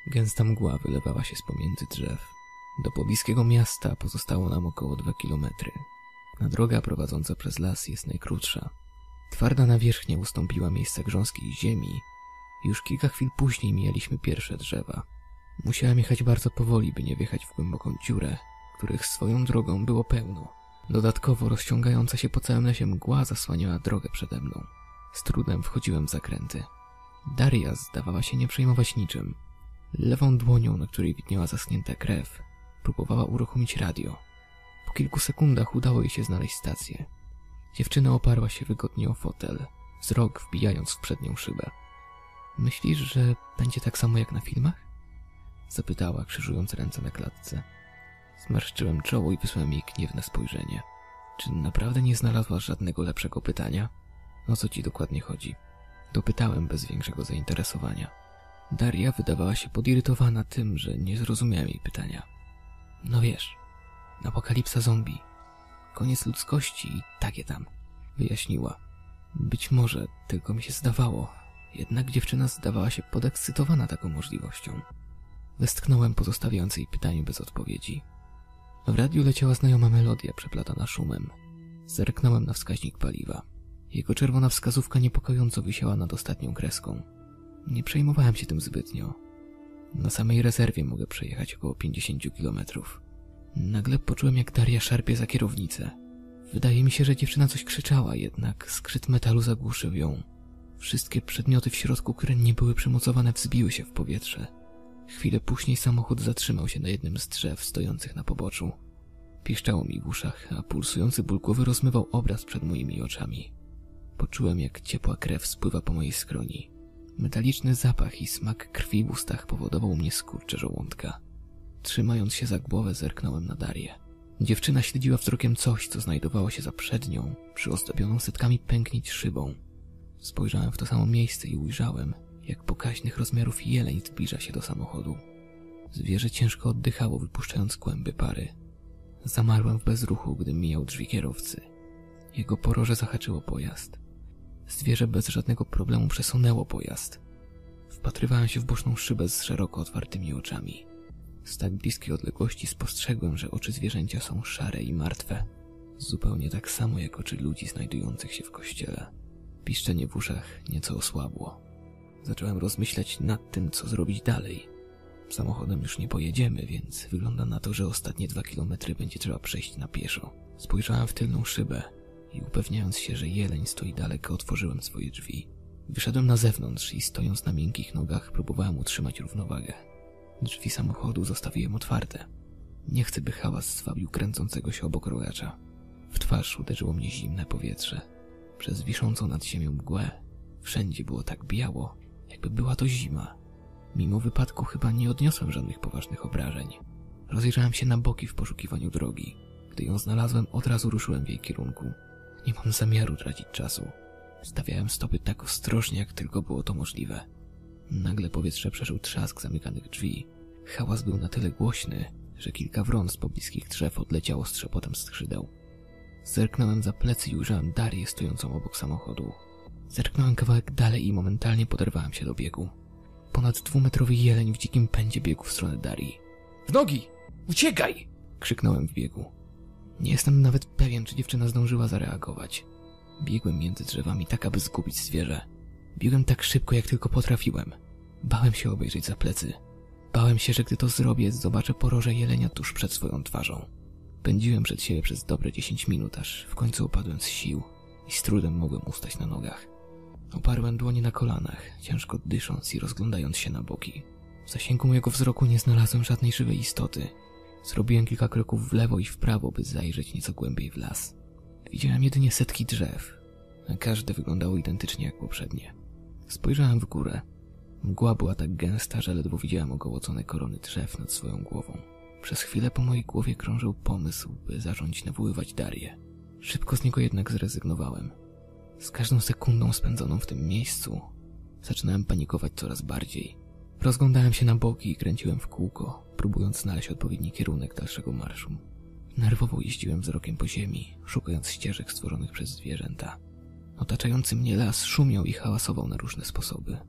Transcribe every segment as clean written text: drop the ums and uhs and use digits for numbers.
Gęsta mgła wylewała się z pomiędzy drzew. Do pobliskiego miasta pozostało nam około 2 kilometry, a droga prowadząca przez las jest najkrótsza. Twarda nawierzchnia ustąpiła miejsca grząskiej ziemi i już kilka chwil później mijaliśmy pierwsze drzewa. Musiałem jechać bardzo powoli, by nie wjechać w głęboką dziurę, których swoją drogą było pełno. Dodatkowo rozciągająca się po całym lesie mgła zasłaniała drogę przede mną. Z trudem wchodziłem w zakręty. Daria zdawała się nie przejmować niczym. Lewą dłonią, na której widniała zaschnięta krew, próbowała uruchomić radio. Po kilku sekundach udało jej się znaleźć stację. Dziewczyna oparła się wygodnie o fotel, wzrok wbijając w przednią szybę. Myślisz, że będzie tak samo jak na filmach? Zapytała, krzyżując ręce na klatce. Zmarszczyłem czoło i wysłałem jej gniewne spojrzenie. Czy naprawdę nie znalazłaś żadnego lepszego pytania? O co ci dokładnie chodzi? Dopytałem bez większego zainteresowania. Daria wydawała się podirytowana tym, że nie zrozumiałem jej pytania. No wiesz, apokalipsa zombie, koniec ludzkości i takie tam, wyjaśniła. Być może tylko mi się zdawało, jednak dziewczyna zdawała się podekscytowana taką możliwością. Westchnąłem, pozostawiając jej pytanie bez odpowiedzi. W radiu leciała znajoma melodia przeplatana szumem. Zerknąłem na wskaźnik paliwa. Jego czerwona wskazówka niepokojąco wisiała nad ostatnią kreską. Nie przejmowałem się tym zbytnio. Na samej rezerwie mogę przejechać około 50 kilometrów. Nagle poczułem, jak Daria szarpie za kierownicę. Wydaje mi się, że dziewczyna coś krzyczała, jednak skrzyt metalu zagłuszył ją. Wszystkie przedmioty w środku, które nie były przymocowane, wzbiły się w powietrze. Chwilę później samochód zatrzymał się na jednym z drzew stojących na poboczu. Piszczało mi w uszach, a pulsujący ból głowy rozmywał obraz przed moimi oczami. Poczułem, jak ciepła krew spływa po mojej skroni. Metaliczny zapach i smak krwi w ustach powodował u mnie skurcze żołądka. Trzymając się za głowę, zerknąłem na Darię. Dziewczyna śledziła wzrokiem coś, co znajdowało się za przednią, przyozdobioną setkami pęknięć szybą. Spojrzałem w to samo miejsce i ujrzałem, jak pokaźnych rozmiarów jeleń zbliża się do samochodu. Zwierzę ciężko oddychało, wypuszczając kłęby pary. Zamarłem w bezruchu, gdy mijał drzwi kierowcy. Jego poroże zahaczyło pojazd. Zwierzę bez żadnego problemu przesunęło pojazd. Wpatrywałem się w boczną szybę z szeroko otwartymi oczami. Z tak bliskiej odległości spostrzegłem, że oczy zwierzęcia są szare i martwe. Zupełnie tak samo jak oczy ludzi znajdujących się w kościele. Piszczenie w uszach nieco osłabło. Zacząłem rozmyślać nad tym, co zrobić dalej. Samochodem już nie pojedziemy, więc wygląda na to, że ostatnie 2 kilometry będzie trzeba przejść na pieszo. Spojrzałem w tylną szybę i upewniając się, że jeleń stoi daleko, otworzyłem swoje drzwi. Wyszedłem na zewnątrz i stojąc na miękkich nogach próbowałem utrzymać równowagę. Drzwi samochodu zostawiłem otwarte. Nie chcę, by hałas zwabił kręcącego się obok rogacza. W twarz uderzyło mnie zimne powietrze. Przez wiszącą nad ziemią mgłę wszędzie było tak biało, jakby była to zima. Mimo wypadku chyba nie odniosłem żadnych poważnych obrażeń. Rozejrzałem się na boki w poszukiwaniu drogi. Gdy ją znalazłem, od razu ruszyłem w jej kierunku. Nie mam zamiaru tracić czasu. Stawiałem stopy tak ostrożnie, jak tylko było to możliwe. Nagle powietrze przeszył trzask zamykanych drzwi. Hałas był na tyle głośny, że kilka wron z pobliskich drzew odleciało z trzepotem skrzydeł. Zerknąłem za plecy i ujrzałem Darię stojącą obok samochodu. Zerknąłem kawałek dalej i momentalnie poderwałem się do biegu. Ponad 2-metrowy jeleń w dzikim pędzie biegł w stronę Darii. W nogi! Uciekaj! Krzyknąłem w biegu. Nie jestem nawet pewien, czy dziewczyna zdążyła zareagować. Biegłem między drzewami tak, aby zgubić zwierzę. Biegłem tak szybko, jak tylko potrafiłem. Bałem się obejrzeć za plecy. Bałem się, że gdy to zrobię, zobaczę poroże jelenia tuż przed swoją twarzą. Pędziłem przed siebie przez dobre 10 minut, aż w końcu opadłem z sił i z trudem mogłem ustać na nogach. Oparłem dłonie na kolanach, ciężko dysząc i rozglądając się na boki. W zasięgu mojego wzroku nie znalazłem żadnej żywej istoty. Zrobiłem kilka kroków w lewo i w prawo, by zajrzeć nieco głębiej w las. Widziałem jedynie setki drzew, a każde wyglądało identycznie jak poprzednie. Spojrzałem w górę. Mgła była tak gęsta, że ledwo widziałem ogołocone korony drzew nad swoją głową. Przez chwilę po mojej głowie krążył pomysł, by zacząć nawoływać Darię. Szybko z niego jednak zrezygnowałem. Z każdą sekundą spędzoną w tym miejscu zaczynałem panikować coraz bardziej. Rozglądałem się na boki i kręciłem w kółko, próbując znaleźć odpowiedni kierunek dalszego marszu. Nerwowo jeździłem wzrokiem po ziemi, szukając ścieżek stworzonych przez zwierzęta. Otaczający mnie las szumiał i hałasował na różne sposoby.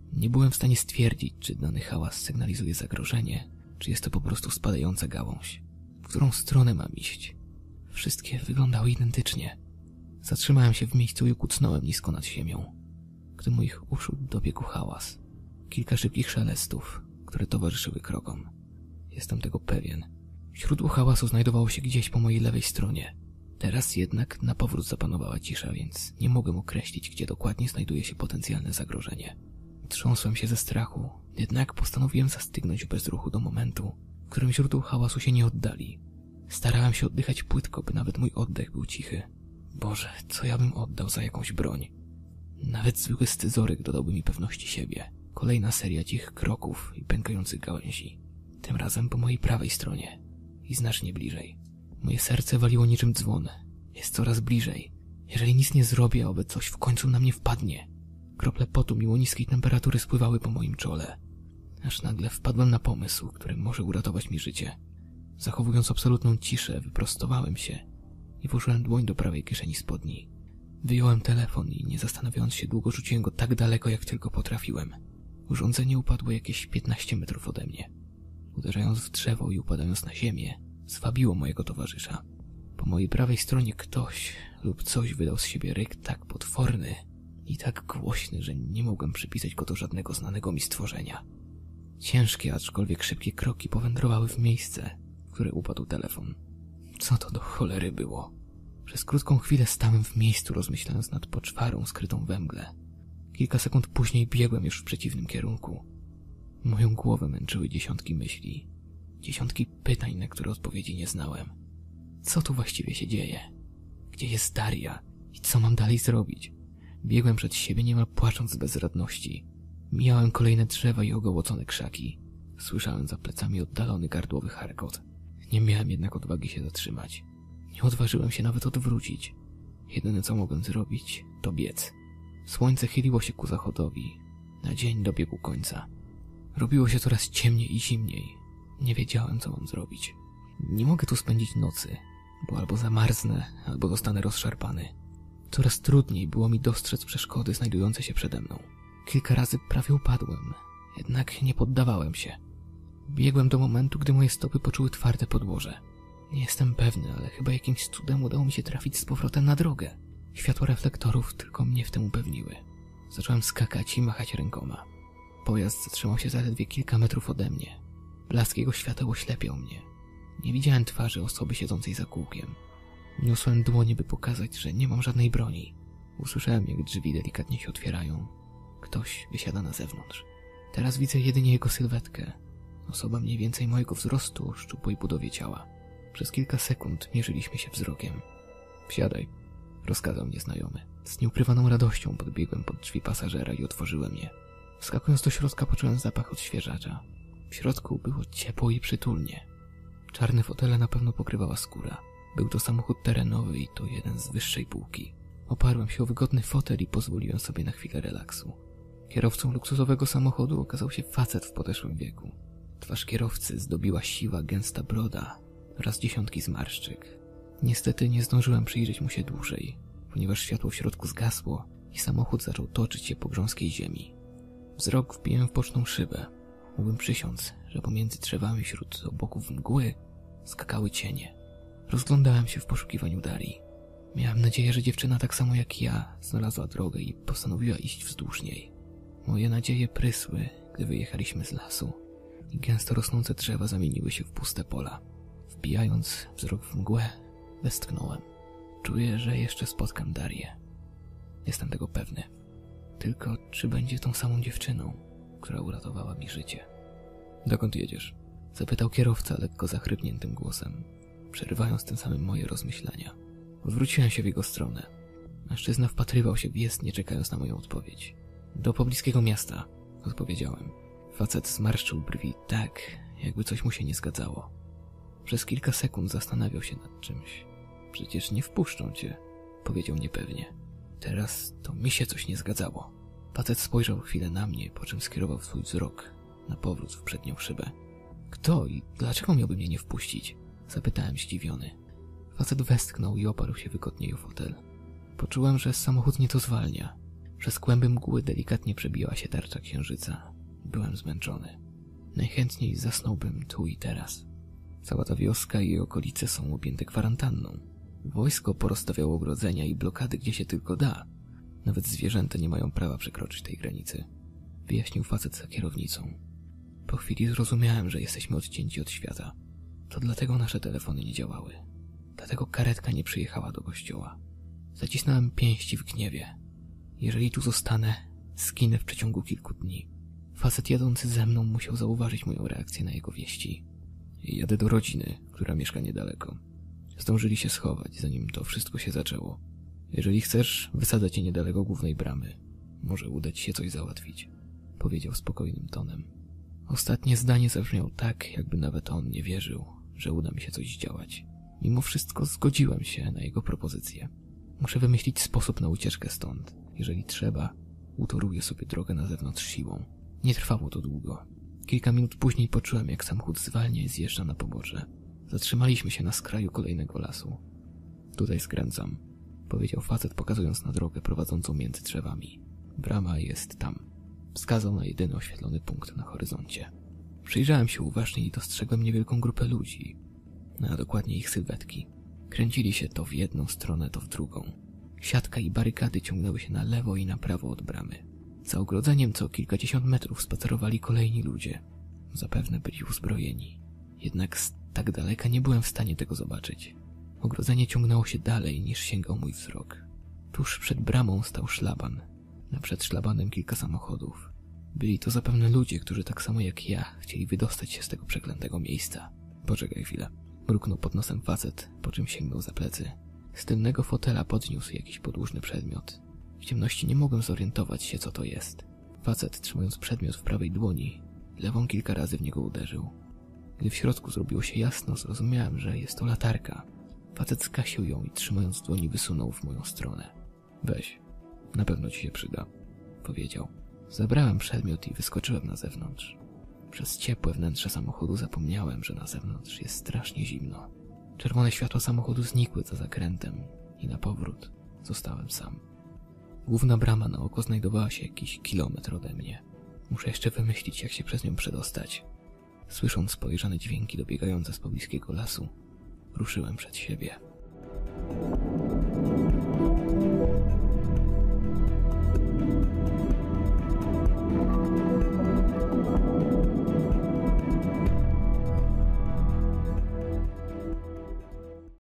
Nie byłem w stanie stwierdzić, czy dany hałas sygnalizuje zagrożenie, czy jest to po prostu spadająca gałąź. W którą stronę mam iść? Wszystkie wyglądały identycznie. Zatrzymałem się w miejscu i kucnąłem nisko nad ziemią, gdy moich uszu dobiegł hałas. Kilka szybkich szelestów, które towarzyszyły krokom. Jestem tego pewien. Źródło hałasu znajdowało się gdzieś po mojej lewej stronie. Teraz jednak na powrót zapanowała cisza, więc nie mogłem określić, gdzie dokładnie znajduje się potencjalne zagrożenie. Trząsłem się ze strachu, jednak postanowiłem zastygnąć w bezruchu do momentu, w którym źródło hałasu się nie oddali. Starałem się oddychać płytko, by nawet mój oddech był cichy. Boże, co ja bym oddał za jakąś broń? Nawet zwykły scyzoryk dodałby mi pewności siebie. Kolejna seria cichych kroków i pękających gałęzi. Tym razem po mojej prawej stronie i znacznie bliżej. Moje serce waliło niczym dzwon. Jest coraz bliżej. Jeżeli nic nie zrobię, oby coś w końcu na mnie wpadnie. Krople potu mimo niskiej temperatury spływały po moim czole. Aż nagle wpadłem na pomysł, który może uratować mi życie. Zachowując absolutną ciszę, wyprostowałem się i włożyłem dłoń do prawej kieszeni spodni. Wyjąłem telefon i nie zastanawiając się długo rzuciłem go tak daleko, jak tylko potrafiłem. Urządzenie upadło jakieś 15 metrów ode mnie. Uderzając w drzewo i upadając na ziemię, zwabiło mojego towarzysza. Po mojej prawej stronie ktoś lub coś wydał z siebie ryk tak potworny i tak głośny, że nie mogłem przypisać go do żadnego znanego mi stworzenia. Ciężkie, aczkolwiek szybkie kroki powędrowały w miejsce, w które upadł telefon. Co to do cholery było? Przez krótką chwilę stałem w miejscu, rozmyślając nad poczwarą skrytą we mgle. Kilka sekund później biegłem już w przeciwnym kierunku. Moją głowę męczyły dziesiątki myśli, dziesiątki pytań, na które odpowiedzi nie znałem. Co tu właściwie się dzieje? Gdzie jest Daria? I co mam dalej zrobić? Biegłem przed siebie niemal płacząc z bezradności. Mijałem kolejne drzewa i ogołocone krzaki. Słyszałem za plecami oddalony gardłowy charkot. Nie miałem jednak odwagi się zatrzymać. Nie odważyłem się nawet odwrócić. Jedyne co mogłem zrobić, to biec. Słońce chyliło się ku zachodowi. Na dzień dobiegł końca. Robiło się coraz ciemniej i zimniej. Nie wiedziałem, co mam zrobić. Nie mogę tu spędzić nocy, bo albo zamarznę, albo zostanę rozszarpany. Coraz trudniej było mi dostrzec przeszkody znajdujące się przede mną. Kilka razy prawie upadłem, jednak nie poddawałem się. Biegłem do momentu, gdy moje stopy poczuły twarde podłoże. Nie jestem pewny, ale chyba jakimś cudem udało mi się trafić z powrotem na drogę. Światła reflektorów tylko mnie w tym upewniły. Zacząłem skakać i machać rękoma. Pojazd zatrzymał się zaledwie kilka metrów ode mnie. Blask jego świateł oślepiał mnie. Nie widziałem twarzy osoby siedzącej za kółkiem. Niosłem dłonie, by pokazać, że nie mam żadnej broni. Usłyszałem, jak drzwi delikatnie się otwierają. Ktoś wysiada na zewnątrz. Teraz widzę jedynie jego sylwetkę. Osoba mniej więcej mojego wzrostu o szczupłej budowie ciała. Przez kilka sekund mierzyliśmy się wzrokiem. Wsiadaj, rozkazał mnie znajomy. Z nieukrywaną radością podbiegłem pod drzwi pasażera i otworzyłem je. Wskakując do środka poczułem zapach odświeżacza. W środku było ciepło i przytulnie. Czarne fotele na pewno pokrywała skóra. Był to samochód terenowy i to jeden z wyższej półki. Oparłem się o wygodny fotel i pozwoliłem sobie na chwilę relaksu. Kierowcą luksusowego samochodu okazał się facet w podeszłym wieku. Twarz kierowcy zdobiła siwa, gęsta broda oraz dziesiątki zmarszczyk. Niestety nie zdążyłem przyjrzeć mu się dłużej, ponieważ światło w środku zgasło i samochód zaczął toczyć się po grząskiej ziemi. Wzrok wbiłem w boczną szybę. Mógłbym przysiąc, że pomiędzy drzewami wśród obłoków mgły skakały cienie. Rozglądałem się w poszukiwaniu Darii. Miałem nadzieję, że dziewczyna tak samo jak ja znalazła drogę i postanowiła iść wzdłuż niej. Moje nadzieje prysły, gdy wyjechaliśmy z lasu i gęsto rosnące drzewa zamieniły się w puste pola. Wbijając wzrok w mgłę, westchnąłem. Czuję, że jeszcze spotkam Darię. Jestem tego pewny. Tylko czy będzie tą samą dziewczyną, która uratowała mi życie? Dokąd jedziesz? Zapytał kierowca lekko zachrypniętym głosem, przerywając tym samym moje rozmyślania. Odwróciłem się w jego stronę. Mężczyzna wpatrywał się w jezdnię, czekając na moją odpowiedź. Do pobliskiego miasta, odpowiedziałem. Facet zmarszczył brwi tak, jakby coś mu się nie zgadzało. Przez kilka sekund zastanawiał się nad czymś. Przecież nie wpuszczą cię, powiedział niepewnie. Teraz to mi się coś nie zgadzało. Facet spojrzał chwilę na mnie, po czym skierował swój wzrok na powrót w przednią szybę. Kto i dlaczego miałby mnie nie wpuścić? Zapytałem zdziwiony. Facet westchnął i oparł się wygodniej o fotel. Poczułem, że samochód nieco zwalnia. Przez kłęby mgły delikatnie przebijała się tarcza księżyca. Byłem zmęczony. Najchętniej zasnąłbym tu i teraz. Cała ta wioska i jej okolice są objęte kwarantanną. Wojsko porozstawiało ogrodzenia i blokady gdzie się tylko da. Nawet zwierzęta nie mają prawa przekroczyć tej granicy. Wyjaśnił facet za kierownicą. Po chwili zrozumiałem, że jesteśmy odcięci od świata. To dlatego nasze telefony nie działały. Dlatego karetka nie przyjechała do kościoła. Zacisnąłem pięści w gniewie. Jeżeli tu zostanę, zginę w przeciągu kilku dni. Facet jadący ze mną musiał zauważyć moją reakcję na jego wieści. Jadę do rodziny, która mieszka niedaleko. Zdążyli się schować, zanim to wszystko się zaczęło. Jeżeli chcesz, wysadzę cię niedaleko głównej bramy. Może uda ci się coś załatwić. Powiedział spokojnym tonem. Ostatnie zdanie zabrzmiał tak, jakby nawet on nie wierzył, że uda mi się coś zdziałać. Mimo wszystko zgodziłem się na jego propozycję. Muszę wymyślić sposób na ucieczkę stąd. Jeżeli trzeba, utoruję sobie drogę na zewnątrz siłą. Nie trwało to długo. Kilka minut później poczułem, jak samochód zwalnia i zjeżdża na pobocze. Zatrzymaliśmy się na skraju kolejnego lasu. Tutaj skręcam, powiedział facet, pokazując na drogę prowadzącą między drzewami. Brama jest tam. Wskazał na jedyny oświetlony punkt na horyzoncie. Przyjrzałem się uważnie i dostrzegłem niewielką grupę ludzi, a dokładnie ich sylwetki. Kręcili się to w jedną stronę, to w drugą. Siatka i barykady ciągnęły się na lewo i na prawo od bramy. Za ogrodzeniem co kilkadziesiąt metrów spacerowali kolejni ludzie. Zapewne byli uzbrojeni. Jednak z tak daleka nie byłem w stanie tego zobaczyć. Ogrodzenie ciągnęło się dalej niż sięgał mój wzrok. Tuż przed bramą stał szlaban. Przed szlabanem kilka samochodów. Byli to zapewne ludzie, którzy tak samo jak ja chcieli wydostać się z tego przeklętego miejsca. Poczekaj chwilę. Mruknął pod nosem facet, po czym sięgnął za plecy. Z tylnego fotela podniósł jakiś podłużny przedmiot. W ciemności nie mogłem zorientować się, co to jest. Facet, trzymając przedmiot w prawej dłoni, lewą kilka razy w niego uderzył. Gdy w środku zrobiło się jasno, zrozumiałem, że jest to latarka. Facet skasił ją i trzymając w dłoni wysunął w moją stronę. Weź, na pewno ci się przyda, powiedział. Zabrałem przedmiot i wyskoczyłem na zewnątrz. Przez ciepłe wnętrze samochodu zapomniałem, że na zewnątrz jest strasznie zimno. Czerwone światła samochodu znikły za zakrętem i na powrót zostałem sam. Główna brama na oko znajdowała się jakiś kilometr ode mnie. Muszę jeszcze wymyślić, jak się przez nią przedostać. Słysząc podejrzane dźwięki dobiegające z pobliskiego lasu, ruszyłem przed siebie.